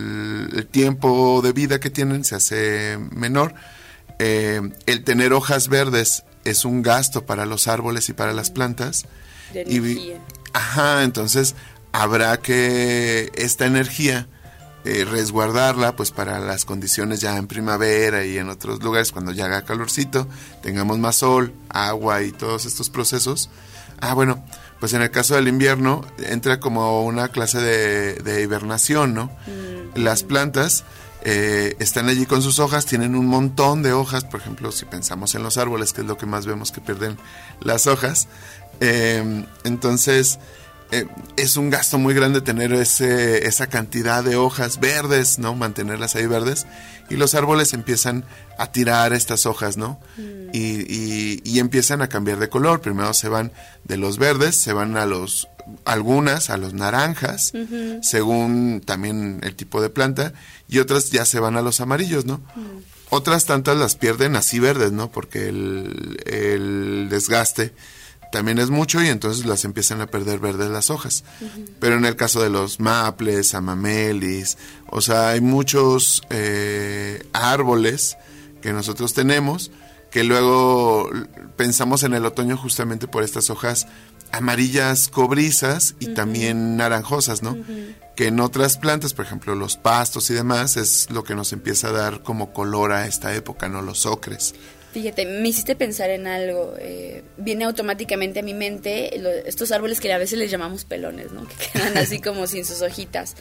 el tiempo de vida que tienen se hace menor. Eh, el tener hojas verdes es un gasto para los árboles y para las plantas. De energía. Y, ajá, entonces habrá que esta energía Eh, resguardarla pues para las condiciones ya en primavera y en otros lugares cuando ya haga calorcito, tengamos más sol, agua y todos estos procesos. Ah, bueno, pues en el caso del invierno entra como una clase de, de hibernación, ¿no? Mm. Las plantas eh, están allí con sus hojas, tienen un montón de hojas, por ejemplo, si pensamos en los árboles, que es lo que más vemos que pierden las hojas, eh, entonces Eh, es un gasto muy grande tener ese, esa cantidad de hojas verdes, ¿no? Mantenerlas ahí verdes. Y los árboles empiezan a tirar estas hojas, ¿no? Mm. Y, y, y empiezan a cambiar de color. Primero se van de los verdes, se van a los, algunas a los naranjas, uh-huh. según también el tipo de planta. Y otras ya se van a los amarillos, ¿no? Mm. Otras tantas las pierden así verdes, ¿no? Porque el, el desgaste también es mucho y entonces las empiezan a perder verdes las hojas. Uh-huh. Pero en el caso de los maples, amamelis, o sea, hay muchos eh, árboles que nosotros tenemos que luego pensamos en el otoño justamente por estas hojas amarillas cobrizas y uh-huh. también naranjosas, ¿no? Uh-huh. Que en otras plantas, por ejemplo, los pastos y demás, es lo que nos empieza a dar como color a esta época, ¿no? Los ocres. Fíjate, me hiciste pensar en algo, eh, viene automáticamente a mi mente lo, estos árboles que a veces les llamamos pelones, ¿no? Que quedan así como sin sus hojitas.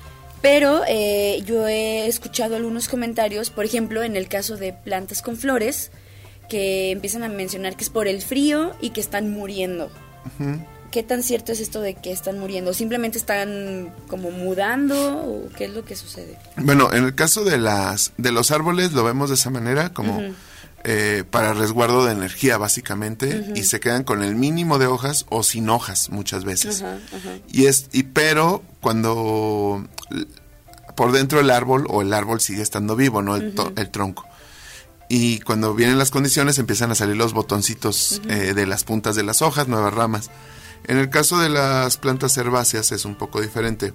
Pero eh, yo he escuchado algunos comentarios, por ejemplo, en el caso de plantas con flores, que empiezan a mencionar que es por el frío y que están muriendo. Uh-huh. ¿Qué tan cierto es esto de que están muriendo? ¿Simplemente están como mudando o qué es lo que sucede? Bueno, en el caso de las de los árboles lo vemos de esa manera, como... Uh-huh. Eh, para resguardo de energía básicamente uh-huh. y se quedan con el mínimo de hojas o sin hojas muchas veces uh-huh, uh-huh. y es y pero cuando por dentro el árbol o el árbol sigue estando vivo, no el, to, uh-huh. el tronco, y cuando vienen las condiciones empiezan a salir los botoncitos uh-huh. eh, de las puntas de las hojas, nuevas ramas. En el caso de las plantas herbáceas es un poco diferente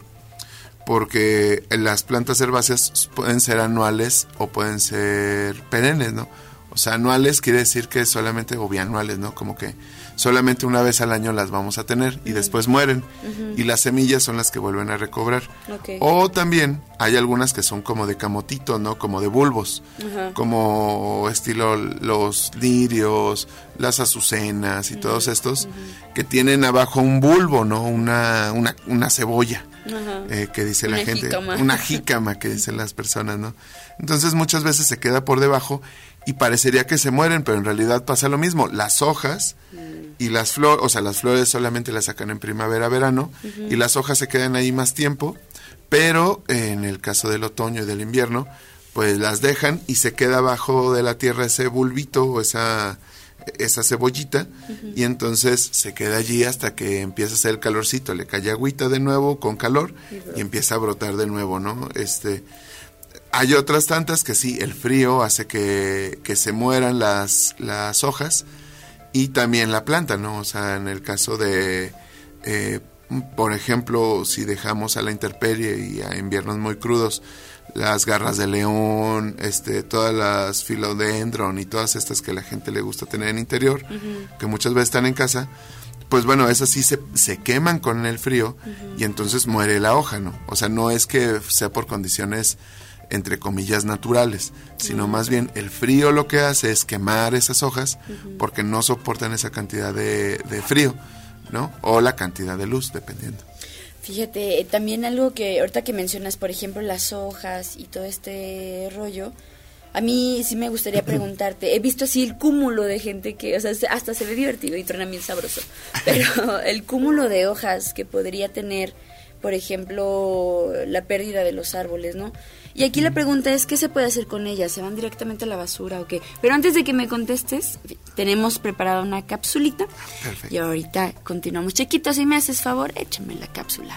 porque las plantas herbáceas pueden ser anuales o pueden ser perennes, ¿no? O sea, anuales quiere decir que solamente, o bianuales, ¿no? Como que solamente una vez al año las vamos a tener y uh-huh. después mueren. Uh-huh. Y las semillas son las que vuelven a recobrar. Okay. O también hay algunas que son como de camotito, ¿no? Como de bulbos. Uh-huh. Como estilo los lirios, las azucenas y uh-huh. todos estos uh-huh. que tienen abajo un bulbo, ¿no? Una, una, una cebolla. Uh-huh. Eh, que dice una la gente. Jícama. Una jícama que dicen las personas, ¿no? Entonces muchas veces se queda por debajo y parecería que se mueren, pero en realidad pasa lo mismo. Las hojas mm. y las flores, o sea, las flores solamente las sacan en primavera, verano, uh-huh. y las hojas se quedan ahí más tiempo, pero eh, en el caso del otoño y del invierno, pues las dejan y se queda abajo de la tierra ese bulbito o esa, esa cebollita, uh-huh. y entonces se queda allí hasta que empieza a hacer el calorcito, le cae agüita de nuevo con calor y, y empieza a brotar de nuevo, ¿no? Este... Hay otras tantas que sí, el frío hace que, que se mueran las, las hojas y también la planta, ¿no? O sea, en el caso de, eh, por ejemplo, si dejamos a la intemperie y a inviernos muy crudos las garras de león, este, todas las philodendron y todas estas que a la gente le gusta tener en interior, uh-huh. que muchas veces están en casa, pues bueno, esas sí se, se queman con el frío uh-huh. y entonces muere la hoja, ¿no? O sea, no es que sea por condiciones, entre comillas, naturales, sino uh-huh. más bien el frío lo que hace es quemar esas hojas uh-huh. porque no soportan esa cantidad de, de frío, ¿no? O la cantidad de luz, dependiendo. Fíjate, también algo que ahorita que mencionas, por ejemplo, las hojas y todo este rollo, a mí sí me gustaría preguntarte, he visto así el cúmulo de gente que, o sea, hasta se ve divertido y truena bien sabroso, pero el cúmulo de hojas que podría tener, por ejemplo, la pérdida de los árboles, ¿no? Y aquí la pregunta es, ¿qué se puede hacer con ellas? ¿Se van directamente a la basura o qué? Pero antes de que me contestes, tenemos preparada una capsulita. Perfecto. Y ahorita continuamos. Chiquito, si me haces favor, échame la cápsula.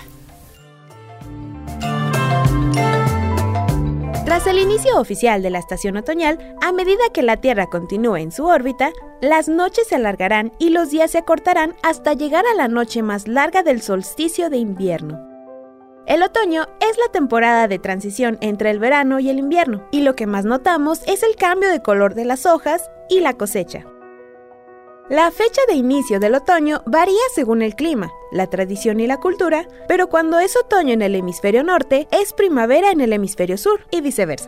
Tras el inicio oficial de la estación otoñal, a medida que la Tierra continúe en su órbita, las noches se alargarán y los días se acortarán hasta llegar a la noche más larga del solsticio de invierno. El otoño es la temporada de transición entre el verano y el invierno, y lo que más notamos es el cambio de color de las hojas y la cosecha. La fecha de inicio del otoño varía según el clima, la tradición y la cultura, pero cuando es otoño en el hemisferio norte, es primavera en el hemisferio sur, y viceversa.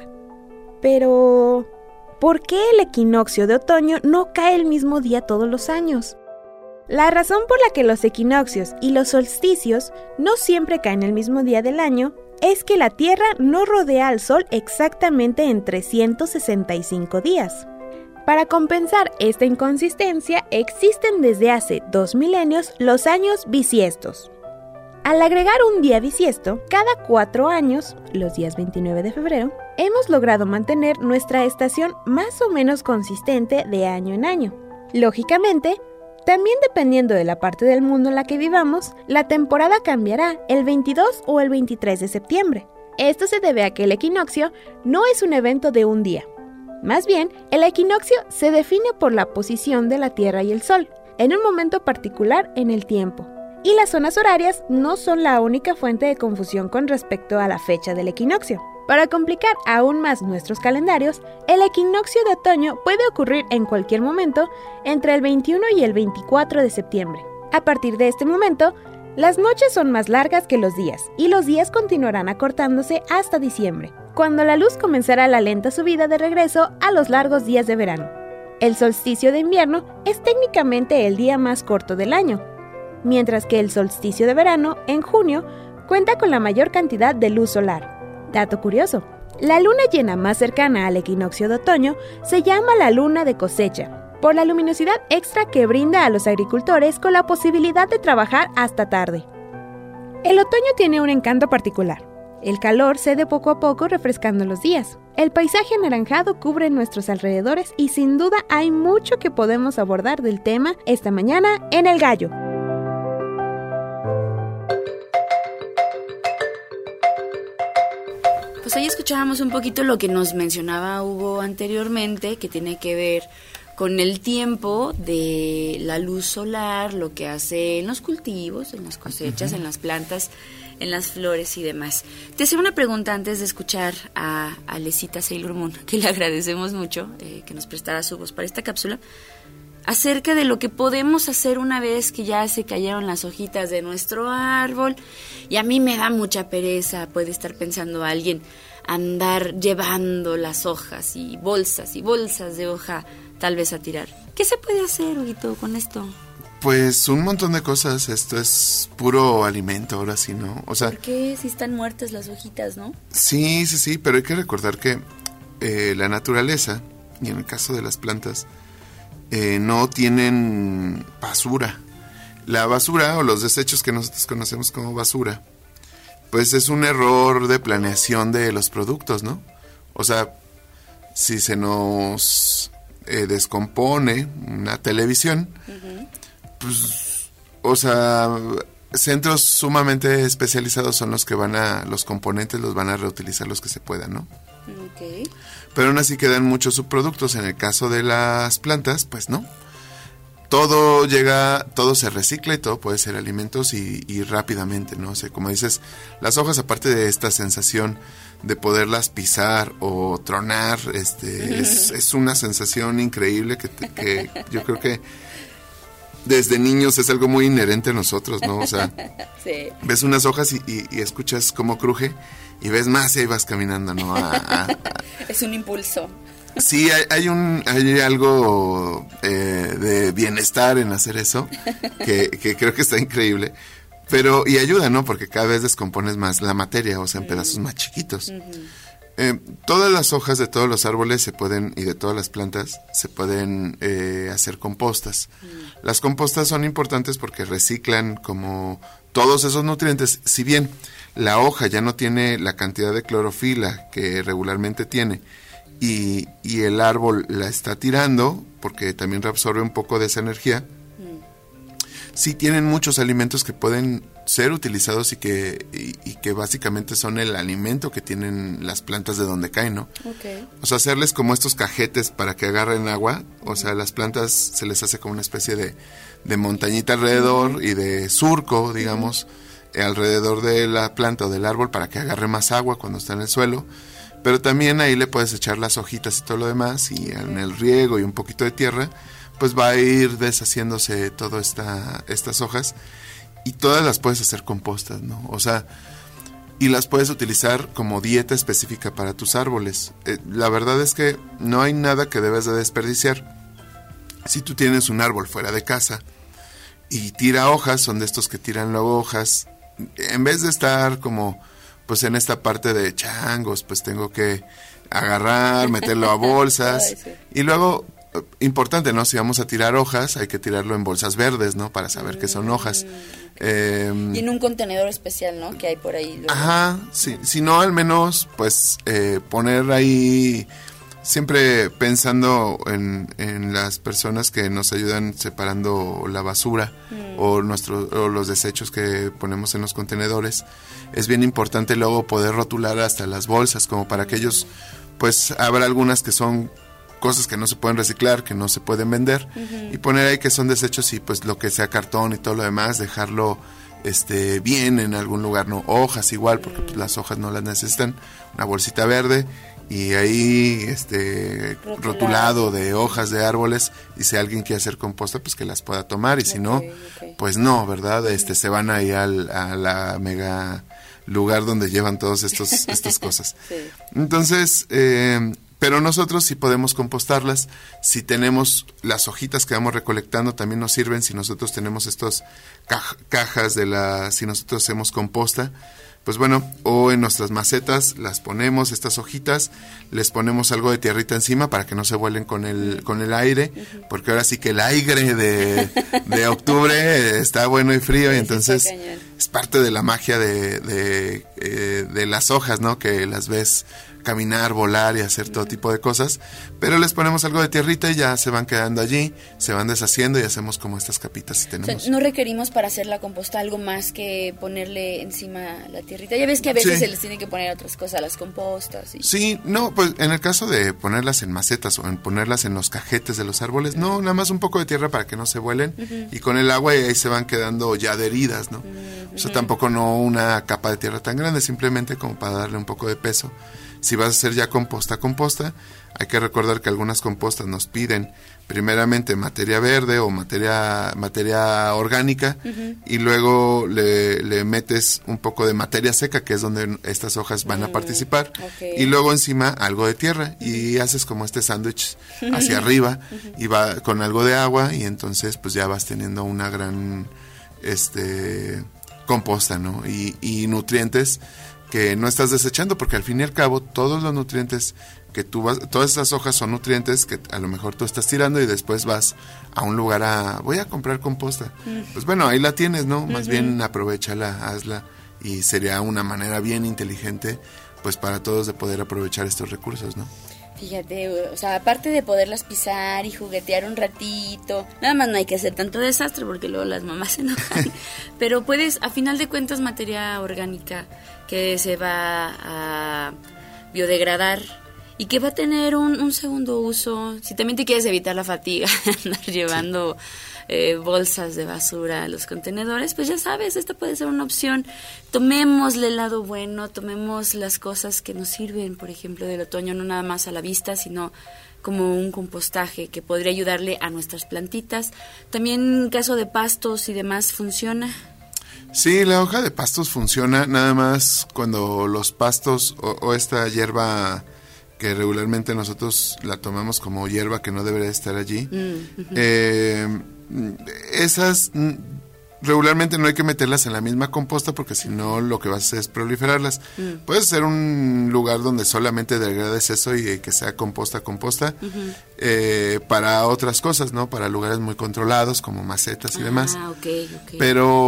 Pero, ¿por qué el equinoccio de otoño no cae el mismo día todos los años? La razón por la que los equinoccios y los solsticios no siempre caen el mismo día del año es que la Tierra no rodea al Sol exactamente en trescientos sesenta y cinco días. Para compensar esta inconsistencia, existen desde hace dos milenios los años bisiestos. Al agregar un día bisiesto, cada cuatro años, los días veintinueve de febrero, hemos logrado mantener nuestra estación más o menos consistente de año en año. Lógicamente, también dependiendo de la parte del mundo en la que vivamos, la temporada cambiará el veintidós o el veintitrés de septiembre. Esto se debe a que el equinoccio no es un evento de un día. Más bien, el equinoccio se define por la posición de la Tierra y el Sol, en un momento particular en el tiempo. Y las zonas horarias no son la única fuente de confusión con respecto a la fecha del equinoccio. Para complicar aún más nuestros calendarios, el equinoccio de otoño puede ocurrir en cualquier momento entre el veintiuno y el veinticuatro de septiembre. A partir de este momento, las noches son más largas que los días, y los días continuarán acortándose hasta diciembre, cuando la luz comenzará la lenta subida de regreso a los largos días de verano. El solsticio de invierno es técnicamente el día más corto del año, mientras que el solsticio de verano, en junio, cuenta con la mayor cantidad de luz solar. Dato curioso, la luna llena más cercana al equinoccio de otoño se llama la luna de cosecha, por la luminosidad extra que brinda a los agricultores con la posibilidad de trabajar hasta tarde. El otoño tiene un encanto particular. El calor cede poco a poco refrescando los días. El paisaje anaranjado cubre nuestros alrededores y sin duda hay mucho que podemos abordar del tema esta mañana en El Gallo. Pues ahí escuchábamos un poquito lo que nos mencionaba Hugo anteriormente, que tiene que ver con el tiempo de la luz solar, lo que hace en los cultivos, en las cosechas, uh-huh. en las plantas, en las flores y demás. Te hacía una pregunta antes de escuchar a Alecita Sailor Moon, que le agradecemos mucho eh, que nos prestara su voz para esta cápsula, acerca de lo que podemos hacer una vez que ya se cayeron las hojitas de nuestro árbol. Y a mí me da mucha pereza, puede estar pensando alguien, andar llevando las hojas y bolsas y bolsas de hoja tal vez a tirar. ¿Qué se puede hacer, Huguito, con esto? Pues un montón de cosas. Esto es puro alimento ahora sí, ¿no? O sea, ¿por qué? Si están muertas las hojitas, ¿no? Sí, sí, sí, pero hay que recordar que eh, la naturaleza, y en el caso de las plantas, eh, no tienen basura. La basura o los desechos que nosotros conocemos como basura, pues es un error de planeación de los productos, ¿no? O sea, si se nos eh, descompone una televisión, uh-huh. pues, o sea, centros sumamente especializados son los que van a, los componentes los van a reutilizar los que se puedan, ¿no? Okay. Pero aún así quedan muchos subproductos. En el caso de las plantas, pues no. todo llega, todo se recicla y todo puede ser alimentos y, y rápidamente, ¿no? O sea, como dices, las hojas, aparte de esta sensación de poderlas pisar o tronar, este, es, es una sensación increíble que, te, que yo creo que desde niños es algo muy inherente a nosotros, ¿no? O sea, sí. Ves unas hojas y, y, y escuchas cómo cruje y ves más y ahí vas caminando, ¿no? A, a, a. Es un impulso. Sí, hay, hay un hay algo eh, de bienestar en hacer eso, que, que creo que está increíble, pero y ayuda, ¿no? Porque cada vez descompones más la materia, o sea, en pedazos más chiquitos. Uh-huh. Eh, todas las hojas de todos los árboles se pueden, y de todas las plantas, se pueden eh, hacer compostas. Uh-huh. Las compostas son importantes porque reciclan como todos esos nutrientes, si bien la hoja ya no tiene la cantidad de clorofila que regularmente tiene, Y, y el árbol la está tirando, porque también reabsorbe un poco de esa energía, mm. sí tienen muchos alimentos que pueden ser utilizados y que, y, y que básicamente son el alimento que tienen las plantas de donde caen, ¿no? Okay. O sea, hacerles como estos cajetes para que agarren agua, o sea, las plantas se les hace como una especie de, de montañita alrededor mm. y de surco, digamos, mm. alrededor de la planta o del árbol para que agarre más agua cuando está en el suelo. Pero también ahí le puedes echar las hojitas y todo lo demás, y en el riego y un poquito de tierra, pues va a ir deshaciéndose todas esta, estas hojas, y todas las puedes hacer compostas, ¿no? O sea, y las puedes utilizar como dieta específica para tus árboles. Eh, la verdad es que no hay nada que debes de desperdiciar. Si tú tienes un árbol fuera de casa y tira hojas, son de estos que tiran luego hojas, en vez de estar como pues en esta parte de changos, pues tengo que agarrar, meterlo a bolsas. Ay, sí. Y luego, importante, ¿no? Si vamos a tirar hojas, hay que tirarlo en bolsas verdes, ¿no? Para saber mm. que son hojas. Eh, y en un contenedor especial, ¿no? Que hay por ahí. Luego. Ajá, sí. Si no, al menos, pues, eh, poner ahí, siempre pensando en, en las personas que nos ayudan separando la basura mm. o, nuestro, o los desechos que ponemos en los contenedores. Es bien importante luego poder rotular hasta las bolsas, como para que ellos, pues habrá algunas que son cosas que no se pueden reciclar, que no se pueden vender, uh-huh. y poner ahí que son desechos y pues lo que sea cartón y todo lo demás, dejarlo este bien en algún lugar, no hojas igual, porque pues, las hojas no las necesitan, una bolsita verde y ahí este rotulado, rotulado de hojas de árboles, y si alguien quiere hacer composta, pues que las pueda tomar, y si okay, no, okay. pues no, ¿verdad? Este se van ahí al, a la mega lugar donde llevan todas estos estas cosas. Sí. Entonces, eh, pero nosotros sí podemos compostarlas. Si tenemos las hojitas que vamos recolectando, también nos sirven. Si nosotros tenemos estos ca- cajas de la, si nosotros hacemos composta, pues bueno, o en nuestras macetas las ponemos, estas hojitas, les ponemos algo de tierrita encima para que no se vuelen con el con el aire, porque ahora sí que el aire de, de octubre está bueno y frío, y entonces es parte de la magia de, de, eh, de las hojas, ¿no? Que las ves caminar, volar y hacer todo tipo de cosas, pero les ponemos algo de tierrita y ya se van quedando allí, se van deshaciendo y hacemos como estas capitas y tenemos. O sea, no requerimos para hacer la composta algo más que ponerle encima la tierrita. Ya ves que a veces sí. se les tiene que poner otras cosas a las compostas. Y... Sí, no, pues en el caso de ponerlas en macetas o en ponerlas en los cajetes de los árboles, uh-huh. no, nada más un poco de tierra para que no se vuelen, uh-huh. y con el agua y ahí se van quedando ya adheridas, ¿no? Uh-huh. O sea, tampoco no una capa de tierra tan grande, simplemente como para darle un poco de peso. Si vas a hacer ya composta, composta, hay que recordar que algunas compostas nos piden primeramente materia verde o materia materia orgánica, uh-huh. y luego le, le metes un poco de materia seca, que es donde estas hojas van uh-huh. a participar, okay. y luego encima algo de tierra, uh-huh. y haces como este sándwich hacia arriba, uh-huh. y va con algo de agua, y entonces pues ya vas teniendo una gran este composta, ¿no? Y, y nutrientes que no estás desechando, porque al fin y al cabo todos los nutrientes que tú vas, todas esas hojas son nutrientes que a lo mejor tú estás tirando y después vas a un lugar a, voy a comprar composta. Mm. Pues bueno, ahí la tienes, ¿no? Más uh-huh. bien aprovechala, hazla, y sería una manera bien inteligente pues para todos de poder aprovechar estos recursos, ¿no? Fíjate, o sea, aparte de poderlas pisar y juguetear un ratito, nada más no hay que hacer tanto desastre porque luego las mamás se enojan, pero puedes, a final de cuentas, materia orgánica que se va a biodegradar y que va a tener un, un segundo uso. Si también te quieres evitar la fatiga, andar llevando eh, bolsas de basura a los contenedores, pues ya sabes, esta puede ser una opción. Tomémosle el lado bueno, tomemos las cosas que nos sirven, por ejemplo, del otoño, no nada más a la vista, sino como un compostaje que podría ayudarle a nuestras plantitas. También en caso de pastos y demás, ¿funciona? Sí, la hoja de pastos funciona, nada más cuando los pastos o, o esta hierba que regularmente nosotros la tomamos como hierba que no debería estar allí, mm, uh-huh. eh, esas regularmente no hay que meterlas en la misma composta porque si no lo que vas a hacer es proliferarlas. Mm. Puedes hacer un lugar donde solamente degrades eso y que sea composta, composta, uh-huh. eh, para otras cosas, ¿no? Para lugares muy controlados como macetas y ah, demás. Okay, okay.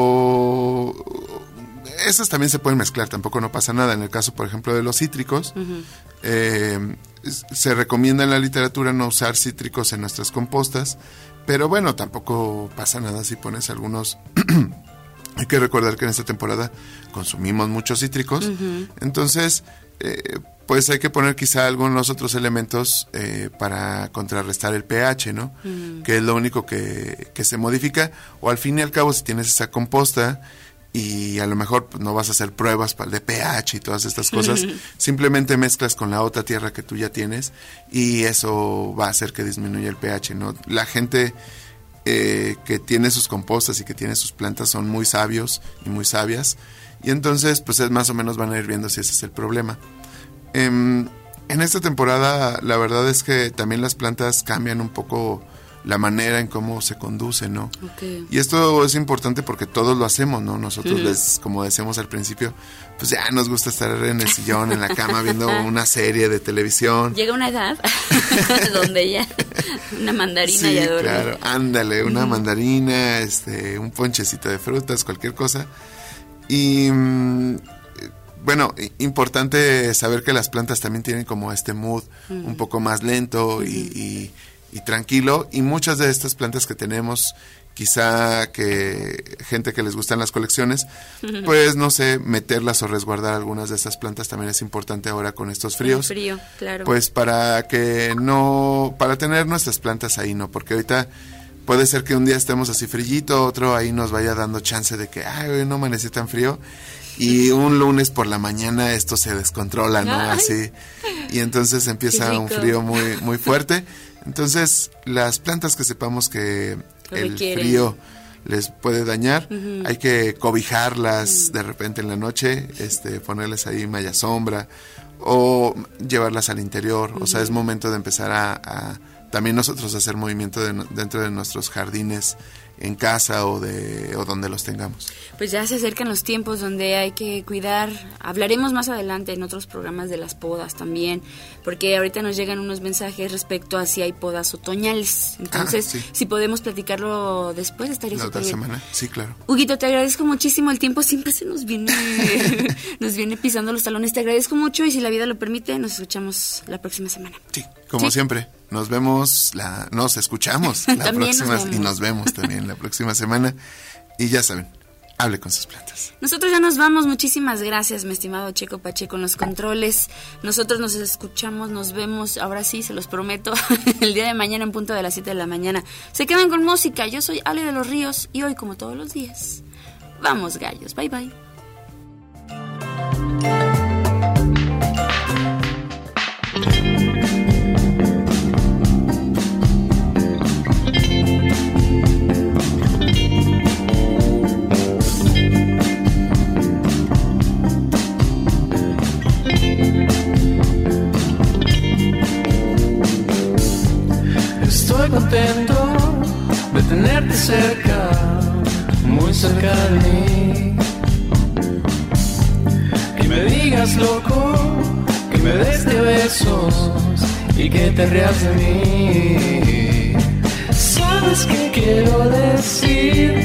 Pero esas también se pueden mezclar, tampoco no pasa nada. En el caso, por ejemplo, de los cítricos, uh-huh. eh, se recomienda en la literatura no usar cítricos en nuestras compostas. Pero bueno, tampoco pasa nada si pones algunos. Hay que recordar que en esta temporada consumimos muchos cítricos. Uh-huh. Entonces, eh, pues hay que poner quizá algunos otros elementos eh, para contrarrestar el pH, ¿no? Uh-huh. Que es lo único que, que se modifica. O al fin y al cabo, si tienes esa composta y a lo mejor pues, no vas a hacer pruebas para el de pH y todas estas cosas, uh-huh. simplemente mezclas con la otra tierra que tú ya tienes y eso va a hacer que disminuya el pH, ¿no? La gente eh, que tiene sus compostas y que tiene sus plantas son muy sabios y muy sabias y entonces pues es más o menos van a ir viendo si ese es el problema. Eh, en esta temporada la verdad es que también las plantas cambian un poco la manera en cómo se conduce, ¿no? Okay. Y esto es importante porque todos lo hacemos, ¿no? Nosotros, uh-huh. les, como decíamos al principio, pues ya nos gusta estar en el sillón, en la cama, viendo una serie de televisión. Llega una edad donde ya una mandarina sí, ya duerme. Claro, ándale, una uh-huh. mandarina, este, un ponchecito de frutas, cualquier cosa. Y bueno, importante saber que las plantas también tienen como este mood uh-huh. un poco más lento uh-huh. y, y y tranquilo, y muchas de estas plantas que tenemos, quizá que gente que les gustan las colecciones, pues no sé, meterlas o resguardar algunas de estas plantas también es importante ahora con estos fríos. El frío, claro. Pues para que no, para tener nuestras plantas ahí, ¿no? Porque ahorita puede ser que un día estemos así frillito, otro ahí nos vaya dando chance de que, ay, hoy no amanecí tan frío, y un lunes por la mañana esto se descontrola, ¿no? Ay. Así, y entonces empieza un frío muy, muy fuerte. Entonces, las plantas que sepamos que Lo el requieren. frío les puede dañar, uh-huh. hay que cobijarlas uh-huh. de repente en la noche, este, ponerles ahí malla sombra o llevarlas al interior. Uh-huh. O sea, es momento de empezar a, a también nosotros hacer movimiento de, dentro de nuestros jardines en casa o de o donde los tengamos. Pues ya se acercan los tiempos donde hay que cuidar. Hablaremos más adelante en otros programas de las podas también, porque ahorita nos llegan unos mensajes respecto a si hay podas otoñales. Entonces, ah, sí. si podemos platicarlo después, estaría súper bien. La otra semana, sí, claro. Huguito, te agradezco muchísimo. El tiempo siempre se nos viene nos viene pisando los talones. Te agradezco mucho y si la vida lo permite, nos escuchamos la próxima semana. Sí, como ¿Sí? siempre. Nos vemos, la, nos escuchamos la próxima nos y nos vemos también la próxima semana. Y ya saben, hable con sus plantas. Nosotros ya nos vamos. Muchísimas gracias, mi estimado Checo Pacheco, en los controles. Nosotros nos escuchamos, nos vemos, ahora sí, se los prometo, el día de mañana en punto de las siete de la mañana. Se quedan con música. Yo soy Ale de los Ríos y hoy, como todos los días, vamos gallos. Bye, bye. Estoy contento de tenerte cerca, muy cerca de mí. Que me digas loco, que me des de besos y que te rías de mí. ¿Sabes qué quiero decir?